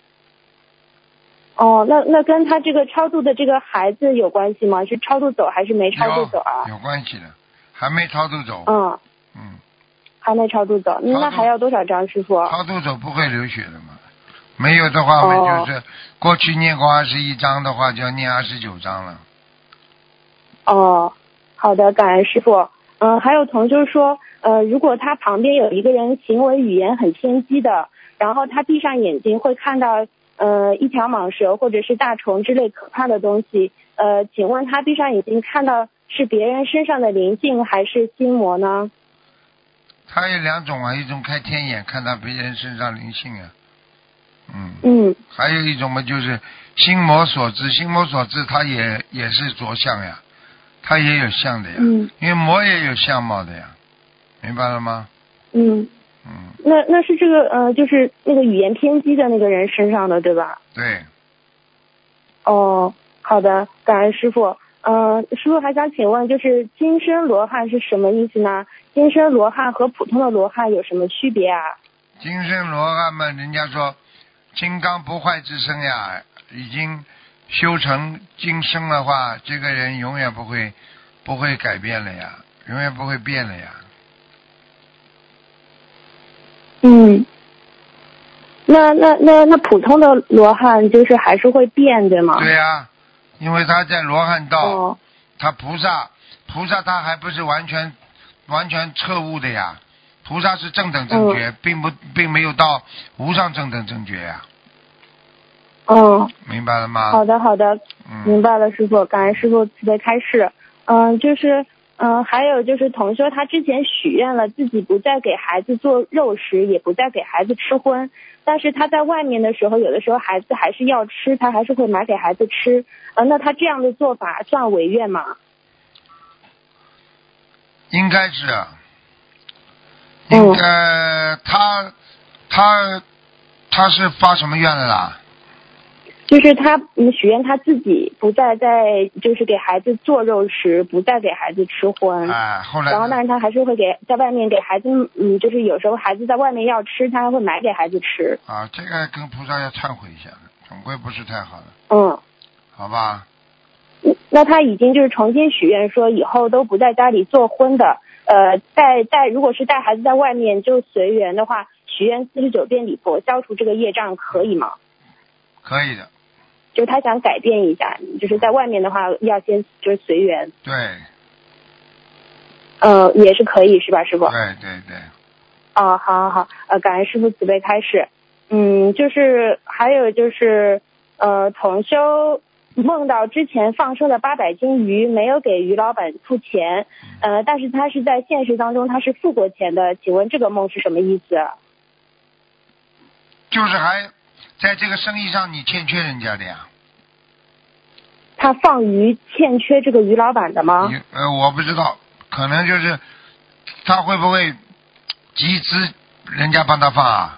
哦，那那跟他这个超度的这个孩子有关系吗？是超度走还是没超度走啊？ 有, 有关系的，还没超度走。 嗯。 嗯。 还没超度走，那还要多少张师傅？ 超度走不会流血的嘛，没有的话，哦、就是过去念过二十一章的话，就要念二十九章了。 哦，好的，感恩师傅。嗯、呃，还有同修说，呃，如果他旁边有一个人行为语言很偏激的，然后他闭上眼睛会看到呃一条蟒蛇或者是大虫之类可怕的东西，呃，请问他闭上眼睛看到是别人身上的灵性还是心魔呢？ 他有两种啊，一种开天眼看到别人身上灵性啊，嗯， 嗯， 还有一种嘛就是心魔所致，心魔所致他也也是着相呀，他也有相的呀， 嗯， 因为魔也有相貌的呀，明白了吗？ 嗯嗯，那那是这个呃，就是那个语言偏激的那个人身上的，对吧？ 对。 哦，好的，感恩师傅。嗯、呃，师傅还想请问，就是金身罗汉是什么意思呢？金身罗汉和普通的罗汉有什么区别啊？ 金身罗汉嘛，人家说金刚不坏之身呀，已经修成金身的话，这个人永远不会不会改变了呀，永远不会变了呀。 嗯，那那那那普通的罗汉就是还是会变，对吗？ 对呀、啊，因为他在罗汉道， 哦、 他菩萨菩萨他还不是完全完全彻悟的呀，菩萨是正等正觉，嗯、并不并没有到无上正等正觉呀。 嗯， 明白了吗？ 好的好的， 嗯、 明白了师父，感恩师父慈悲开示。嗯，就是嗯、呃，还有就是同修他之前许愿了自己不再给孩子做肉食，也不再给孩子吃荤，但是他在外面的时候，有的时候孩子还是要吃，他还是会买给孩子吃。呃，那他这样的做法算违愿吗？ 应该是，应该、嗯、他他他是发什么愿的啦？ 就是他嗯许愿他自己不再在就是给孩子做肉食，不再给孩子吃荤。 哎，后来。 然后但是他还是会给在外面给孩子，嗯，就是有时候孩子在外面要吃，他还会买给孩子吃。 啊，这个跟菩萨要忏悔一下的，总归不是太好的。 嗯。 好吧。 那他已经就是重新许愿说以后都不在家里做荤的，呃，带带如果是带孩子在外面就随缘的话，许愿四十九遍礼佛消除这个业障可以吗？ 可以的。 就他想改变一下，就是在外面的话要先就是随缘。 对。 呃，也是可以是吧，师傅？ 对对对。 哦，好好好，呃，感恩师父慈悲开示。嗯，就是还有就是呃，同修梦到之前放生的八百斤鱼没有给鱼老板付钱，呃，但是他是在现实当中他是付过钱的，请问这个梦是什么意思？ 就是还在这个生意上你欠缺人家的呀。 他放鱼欠缺这个鱼老板的吗？ 呃，我不知道，可能就是他会不会集资人家帮他放啊？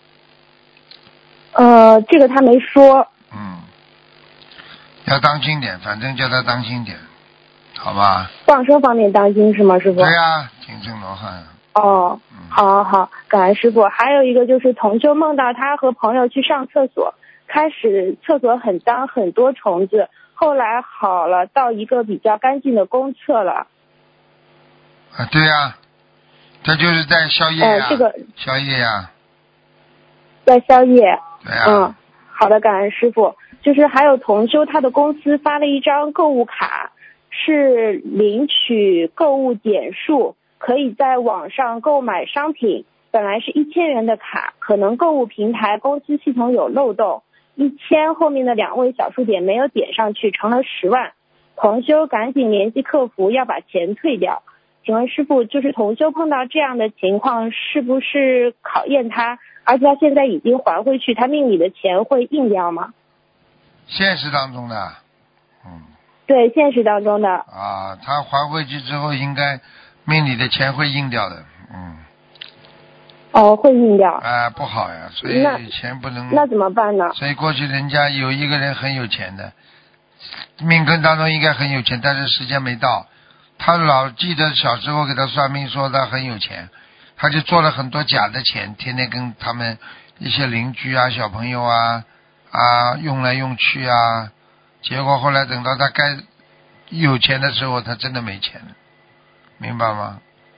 呃，这个他没说。 嗯，要当心点，反正叫他当心点，好吧？ 放生方面当心是吗，师傅？ 对呀、啊，精神罗汉。 哦，好好好，感恩师傅。还有一个就是同修梦到他和朋友去上厕所，开始厕所很脏，很多虫子，后来好了，到一个比较干净的公厕了。 啊，对呀、啊，这就是在宵夜呀、啊呃， 这个宵夜呀、啊， 在宵夜。 对呀、啊。 嗯，好的，感恩师傅。就是还有同修，他的公司发了一张购物卡，是领取购物点数。可以在网上购买商品，本来是一千元的卡，可能购物平台公司系统有漏洞，一千后面的两位小数点没有点上去，成了十万。同修赶紧联系客服要把钱退掉。请问师父，就是同修碰到这样的情况，是不是考验他？而且他现在已经还回去，他命里的钱会印掉吗？ 现实当中的，嗯。 对，现实当中的。 啊，他还回去之后应该。命里的钱会印掉的，嗯。 哦，会印掉。 哎、呃，不好呀，所以钱不能。 那怎么办呢？ 所以过去人家有一个人很有钱的，命根当中应该很有钱，但是时间没到。他老记得小时候给他算命说他很有钱，他就做了很多假的钱，天天跟他们一些邻居啊、小朋友啊啊用来用去啊，结果后来等到他该有钱的时候，他真的没钱了。明白吗？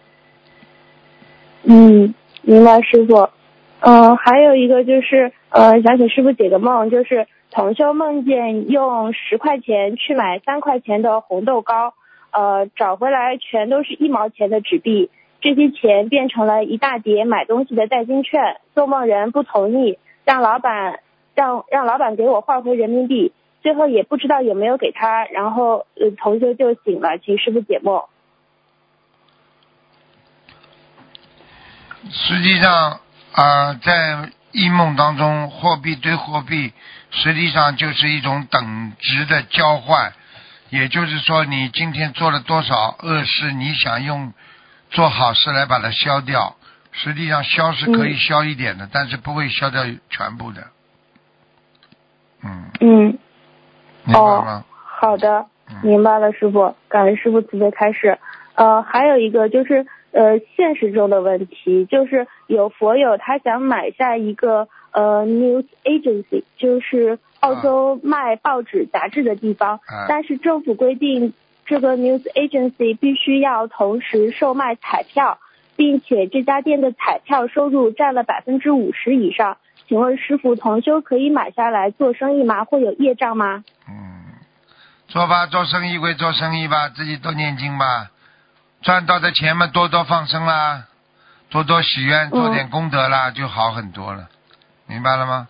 嗯，明白师傅。呃，还有一个就是呃，想请师傅解个梦，就是同修梦见用十块钱去买三块钱的红豆糕，呃，找回来全都是一毛钱的纸币，这些钱变成了一大叠买东西的代金券。做梦人不同意，让老板让让老板给我换回人民币，最后也不知道有没有给他，然后呃，同修就醒了，请师傅解梦。 实际上啊、呃，在异梦当中，货币对货币实际上就是一种等值的交换，也就是说你今天做了多少恶事，你想用做好事来把它消掉，实际上消是可以消一点的、嗯、但是不会消掉全部的。嗯嗯， 明白吗？ 哦，好的，明白了师傅，感恩师傅慈悲开示。呃，还有一个就是呃现实中的问题，就是有佛友他想买下一个呃 news agency， 就是澳洲卖报纸杂志的地方、啊、但是政府规定这个 news agency 必须要同时售卖彩票，并且这家店的彩票收入占了百分之五十以上，请问师傅，同修可以买下来做生意吗？会有业障吗？ 嗯， 做吧，做生意归做生意吧，自己多念经吧，赚到的钱嘛多多放生啦，多多许愿，做点功德啦，嗯、就好很多了，明白了吗？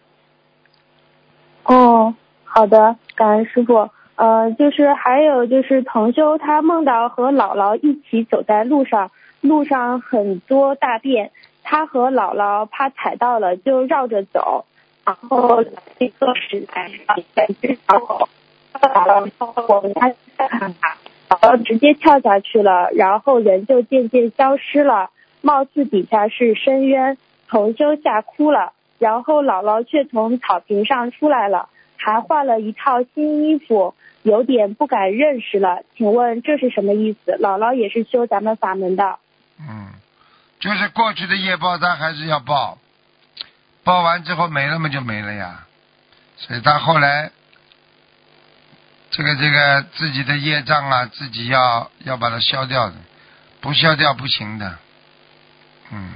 哦，好的，感恩师傅。呃，就是还有就是同修他梦到和姥姥一起走在路上，路上很多大便，他和姥姥怕踩到了就绕着走，然后一个石台上两只小狗，姥姥说我们家再看看，姥姥直接跳下去了，然后人就渐渐消失了，貌似底下是深渊，同修吓哭了，然后姥姥却从草坪上出来了，还换了一套新衣服，有点不敢认识了，请问这是什么意思？姥姥也是修咱们法门的。 嗯，就是过去的业报他还是要报，报完之后没了嘛就没了呀，所以他后来这个这个自己的业障啊，自己要要把它消掉的，不消掉不行的。嗯。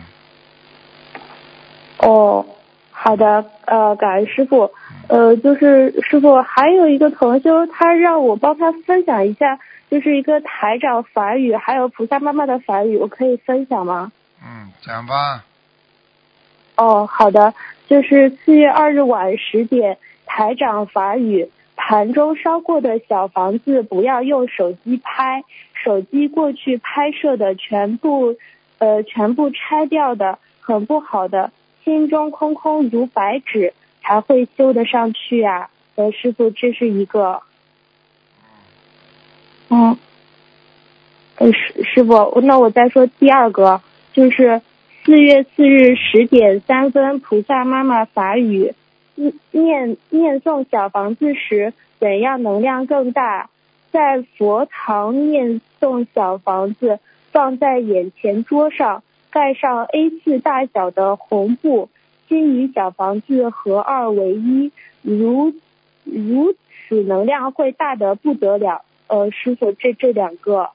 哦，好的，呃，感恩师傅。呃，就是师傅还有一个同修，他让我帮他分享一下，就是一个台长法语，还有菩萨妈妈的法语，我可以分享吗？ 嗯，讲吧。 哦，好的，就是四月二日晚十点，台长法语，盘中烧过的小房子不要用手机拍，手机过去拍摄的全部，呃，全部拆掉的，很不好的，心中空空如白纸。才会修得上去啊，呃，师傅，这是一个，嗯，呃，师师傅，那我再说第二个，就是四月四日十点三分，菩萨妈妈法语，念念诵小房子时，怎样能量更大？在佛堂念诵小房子，放在眼前桌上，盖上 A 四 大小的红布。心与小房子合二为一，如如此能量会大得不得了。呃，师傅，这这两个，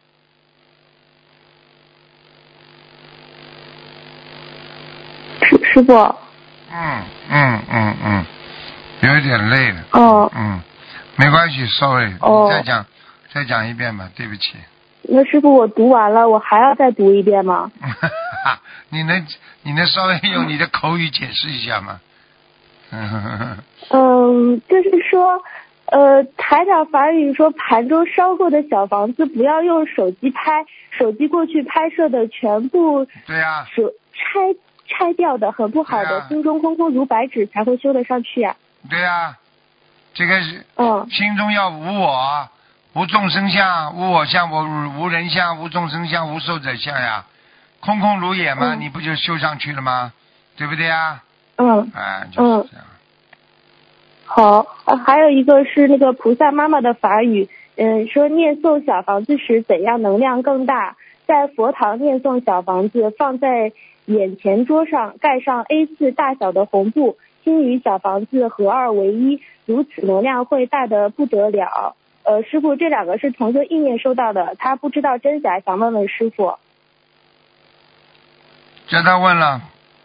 师师傅。 嗯嗯嗯嗯，有点累了。 哦。 嗯，没关系 ，sorry，、哦、你再讲再讲一遍吧，对不起。 那师傅，我读完了，我还要再读一遍吗？ 你能你能稍微用你的口语解释一下吗？ 嗯，就是说，呃，台长法语说，盘中烧过的小房子不要用手机拍，手机过去拍摄的全部对呀、啊， 手拆拆掉的，很不好的，啊、心中空空如白纸，才会修得上去呀、 啊。对呀、啊，这个是， 嗯， 心中要无我，无众生相，无我相，我无人相，无众生相，无寿者相呀。空空如也嘛、嗯，你不就修上去了吗？对不对呀？ 嗯， 哎，就是这样。 嗯、好，还有一个是那个菩萨妈妈的法语，嗯，说念诵小房子时怎样能量更大？在佛堂念诵小房子，放在眼前桌上，盖上 A 四 大小的红布，心与小房子合二为一，如此能量会大得不得了。呃，师傅，这两个是同修意念收到的，他不知道真假，想问问师傅。 叫他问了。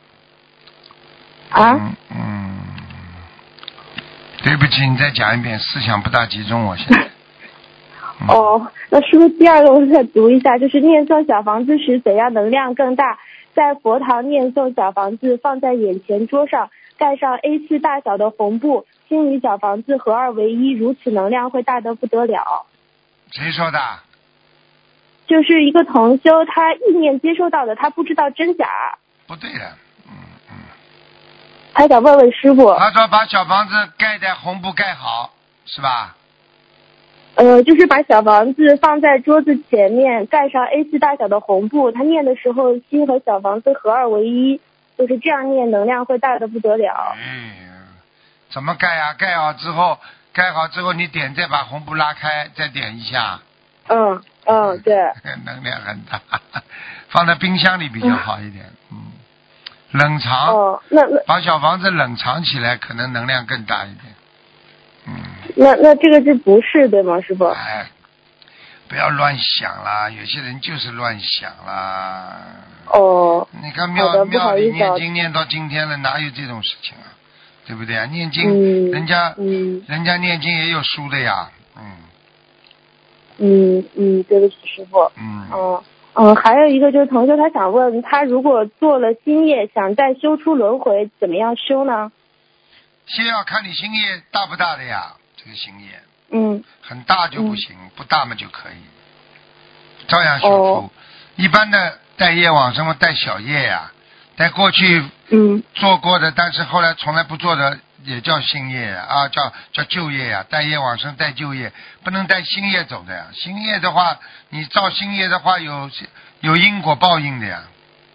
啊？ 嗯嗯，对不起，你再讲一遍，思想不大集中，我现在。 嗯、哦，那是不是第二个我再读一下？就是念诵小房子时，怎样能量更大？在佛堂念诵小房子，放在眼前桌上，盖上 A 四 大小的红布，心与小房子合二为一，如此能量会大得不得了。 谁说的？ 就是一个同修，他意念接收到的，他不知道真假。 不对的，嗯嗯。 他想问问师傅。 他说把小房子盖在红布盖好，是吧？ 呃，就是把小房子放在桌子前面，盖上 A 四 大小的红布。他念的时候，心和小房子合二为一，就是这样念，能量会大得不得了。 哎，怎么盖啊？盖好之后，盖好之后，你点再把红布拉开，再点一下。 嗯嗯，对。 能量很大，放在冰箱里比较好一点。嗯，冷藏。 哦，那那把小房子冷藏起来，可能能量更大一点。嗯。 那那这个是不是对吗，师傅？ 哎，不要乱想啦，有些人就是乱想啦。 哦。 你看庙庙里念经念到今天了，哪有这种事情啊？对不对啊？念经， 嗯、 人家、 嗯、 人家念经也有书的呀， 嗯。 嗯嗯，对不起，师傅。 嗯。 嗯嗯，还有一个就是同学他想问，他如果做了新业，想再修出轮回，怎么样修呢？ 先要看你新业大不大的呀，这个新业。 嗯。 很大就不行，嗯、不大嘛就可以，照样修复。 哦、 一般的带业往生嘛，带小业呀、啊，带过去嗯做过的，但是后来从来不做的也叫新业啊，叫叫旧业呀、啊，带业往生带旧业，不能带新业走的呀。新业的话，你造新业的话有有因果报应的呀。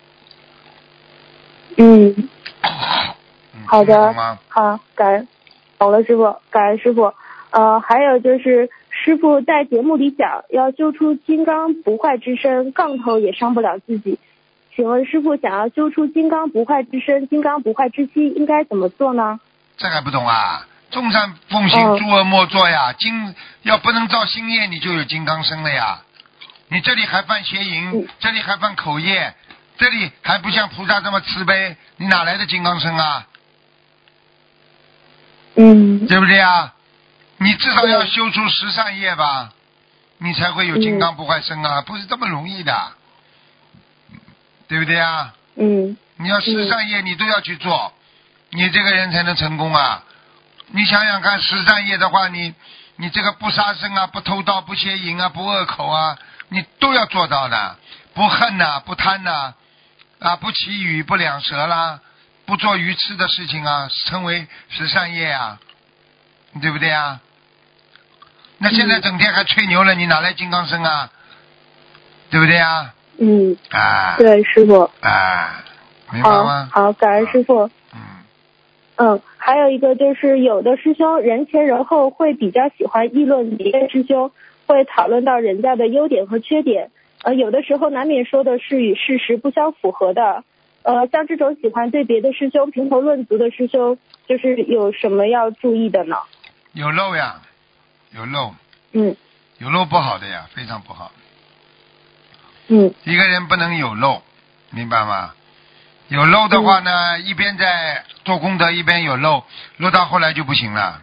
嗯。 嗯好的。 吗？ 好，感恩，懂了，师傅，感恩师傅。呃，还有就是师傅在节目里讲，要修出金刚不坏之身，杠头也伤不了自己。请问师傅，想要修出金刚不坏之身、金刚不坏之心，应该怎么做呢？ 这还不懂啊？众善奉行，诸恶莫作呀。金要不能造新业，你就有金刚身了呀。你这里还犯邪淫， 嗯、 这里还犯口业，这里还不像菩萨这么慈悲，你哪来的金刚身啊？ 嗯， 对不对啊？你至少要修出十善业吧，你才会有金刚不坏身啊，嗯、不是这么容易的，对不对啊？ 嗯。 你要十善业，你都要去做，你这个人才能成功啊！你想想看，十善业的话，你你这个不杀生啊，不偷盗，不邪淫啊，不恶口啊，你都要做到的，不恨呐、啊，不贪呐、啊，啊，不绮语，不两舌啦，不做愚痴的事情啊，称为十善业啊，对不对啊？那现在整天还吹牛了，你哪来金刚身啊？对不对啊？ 嗯。 啊。 对，师傅。 啊，明白吗？ 好，好，感恩师傅。 嗯。 嗯，还有一个就是有的师兄人前人后会比较喜欢议论别的师兄，会讨论到人家的优点和缺点，呃，有的时候难免说的是与事实不相符合的。呃，像这种喜欢对别的师兄评头论足的师兄，就是有什么要注意的呢？ 有漏呀，有漏。 嗯。 有漏不好的呀，非常不好。 嗯。 一个人不能有漏，明白吗？有漏的话呢，嗯、一边在做功德，一边有漏，漏到后来就不行了，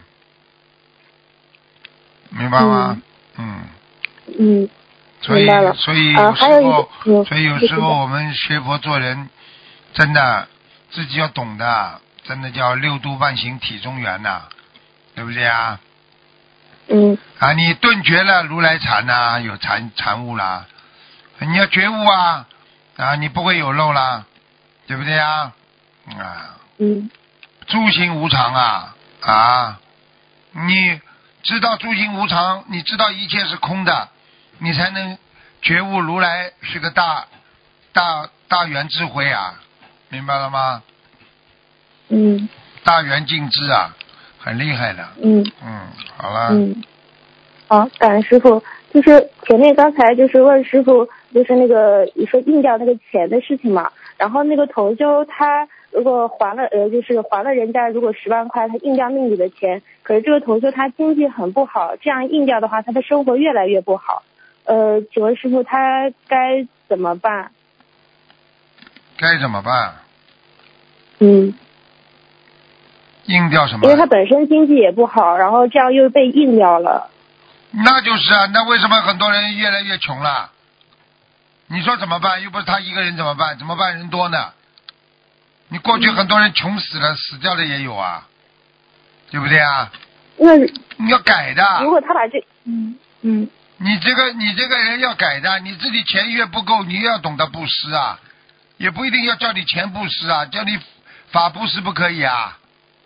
明白吗？ 嗯。嗯。 所以，所以有时候， 呃、 所以有时候我们学佛做人，真的自己要懂的，真的叫六度万行体中圆呐、啊，对不对啊？ 嗯。 啊，你顿觉了如来禅呐、啊，有禅禅悟啦，你要觉悟啊，啊，你不会有漏啦。对不对啊？啊， 嗯， 诸行无常啊啊！你知道诸行无常，你知道一切是空的，你才能觉悟如来是个大大大圆智慧啊，明白了吗？ 嗯。 大圆净智啊，很厉害的。 嗯。 嗯，好了。 嗯。好，感恩师傅。就是前面刚才就是问师傅，就是那个你说印掉那个钱的事情嘛。然后那个同修他如果还了呃就是还了人家如果十万块他印掉命里的钱，可是这个同修他经济很不好，这样印掉的话他的生活越来越不好，呃请问师傅他该怎么办？ 该怎么办？ 嗯， 印掉什么？ 因为他本身经济也不好，然后这样又被印掉了。 那就是啊，那为什么很多人越来越穷了？你说怎么办？又不是他一个人怎么办？怎么办？人多呢。你过去很多人穷死了，嗯、死掉的也有啊，对不对啊？ 那你要改的。 如果他把这，嗯嗯， 你这个你这个人要改的，你自己钱越不够，你要懂得布施啊，也不一定要叫你钱布施啊，叫你法布施不可以啊。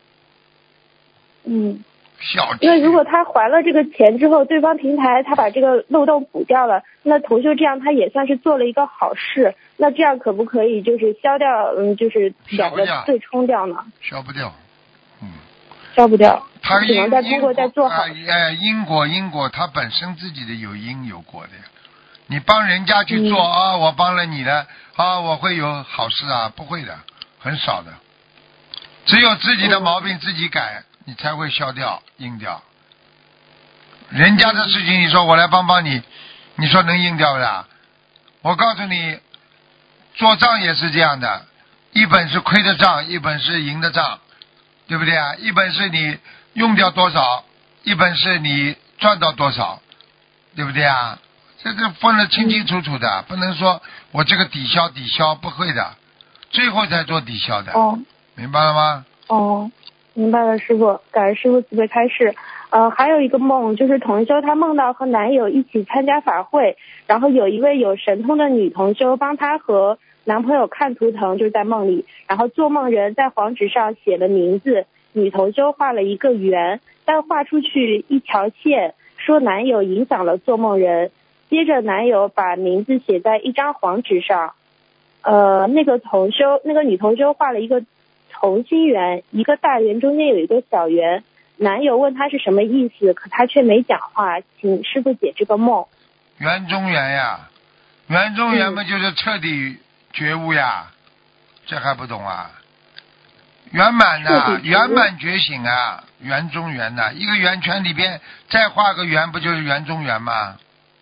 嗯。 小气。 因为如果他还了这个钱之后，对方平台他把这个漏洞补掉了，那同修这样他也算是做了一个好事，那这样可不可以就是消掉嗯就是两个对冲掉呢？ 消不掉。嗯。 消不掉。 他只能再通过再做好。 呃，因果因果，他本身自己的有因有果的呀。你帮人家去做、嗯、啊，我帮了你了啊，我会有好事啊？不会的，很少的。只有自己的毛病自己改。嗯，你才会消掉印掉，人家的事情你说我来帮帮你，你说能印掉的？我告诉你，做账也是这样的，一本是亏的账，一本是赢的账，对不对啊？一本是你用掉多少，一本是你赚到多少，对不对啊？这个分得清清楚楚的， 嗯、 不能说我这个抵消抵消，不会的，最后才做抵消的。 哦， 明白了吗？ 哦，明白了，师傅，感恩师傅慈悲开示。呃，还有一个梦，就是同修她梦到和男友一起参加法会，然后有一位有神通的女同修帮她和男朋友看图腾，就是在梦里，然后做梦人在黄纸上写了名字，女同修画了一个圆，但画出去一条线，说男友影响了做梦人，接着男友把名字写在一张黄纸上，呃，那个同修那个女同修画了一个同心圆，一个大圆中间有一个小圆，男友问他是什么意思，可他却没讲话，请师父解这个梦。 圆中圆呀，圆中圆嘛就是彻底觉悟呀，嗯、这还不懂啊？圆满呐，圆满觉醒啊，圆中圆呐，一个圆圈里边再画个圆，不就是圆中圆吗？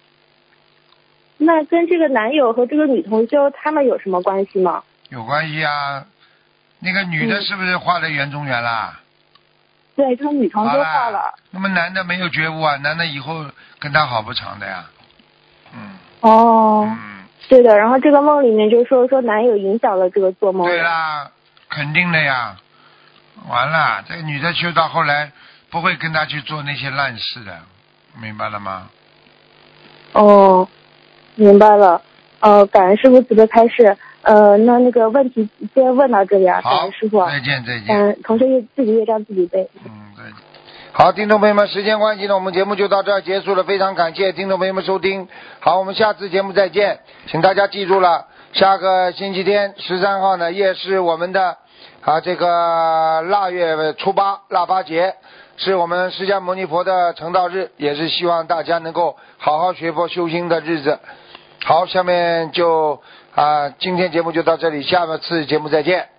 那跟这个男友和这个女同修他们有什么关系吗？ 有关系啊，那个女的是不是画的圆中圆啦？ 嗯、对，这个女同修画了。 那么男的没有觉悟啊，男的以后跟他好不长的呀。嗯。 哦。 嗯。 对的，然后这个梦里面就说说男友影响了这个做梦。 对啦，肯定的呀。完了，这个女的修到后来不会跟他去做那些烂事的，明白了吗？ 哦，明白了。呃，感恩师父慈悲开示。呃，那那个问题先问到这里啊，感恩师父。 再见再见。 嗯，同学自己业障自己背。 嗯，再见。好，听众朋友们，时间关系呢，我们节目就到这儿结束了，非常感谢听众朋友们收听。好，我们下次节目再见，请大家记住了，下个星期天十三号呢，也是我们的啊这个腊月初八腊八节，是我们释迦牟尼佛的成道日，也是希望大家能够好好学佛修心的日子。好，下面就啊今天节目就到这里，下次节目再见。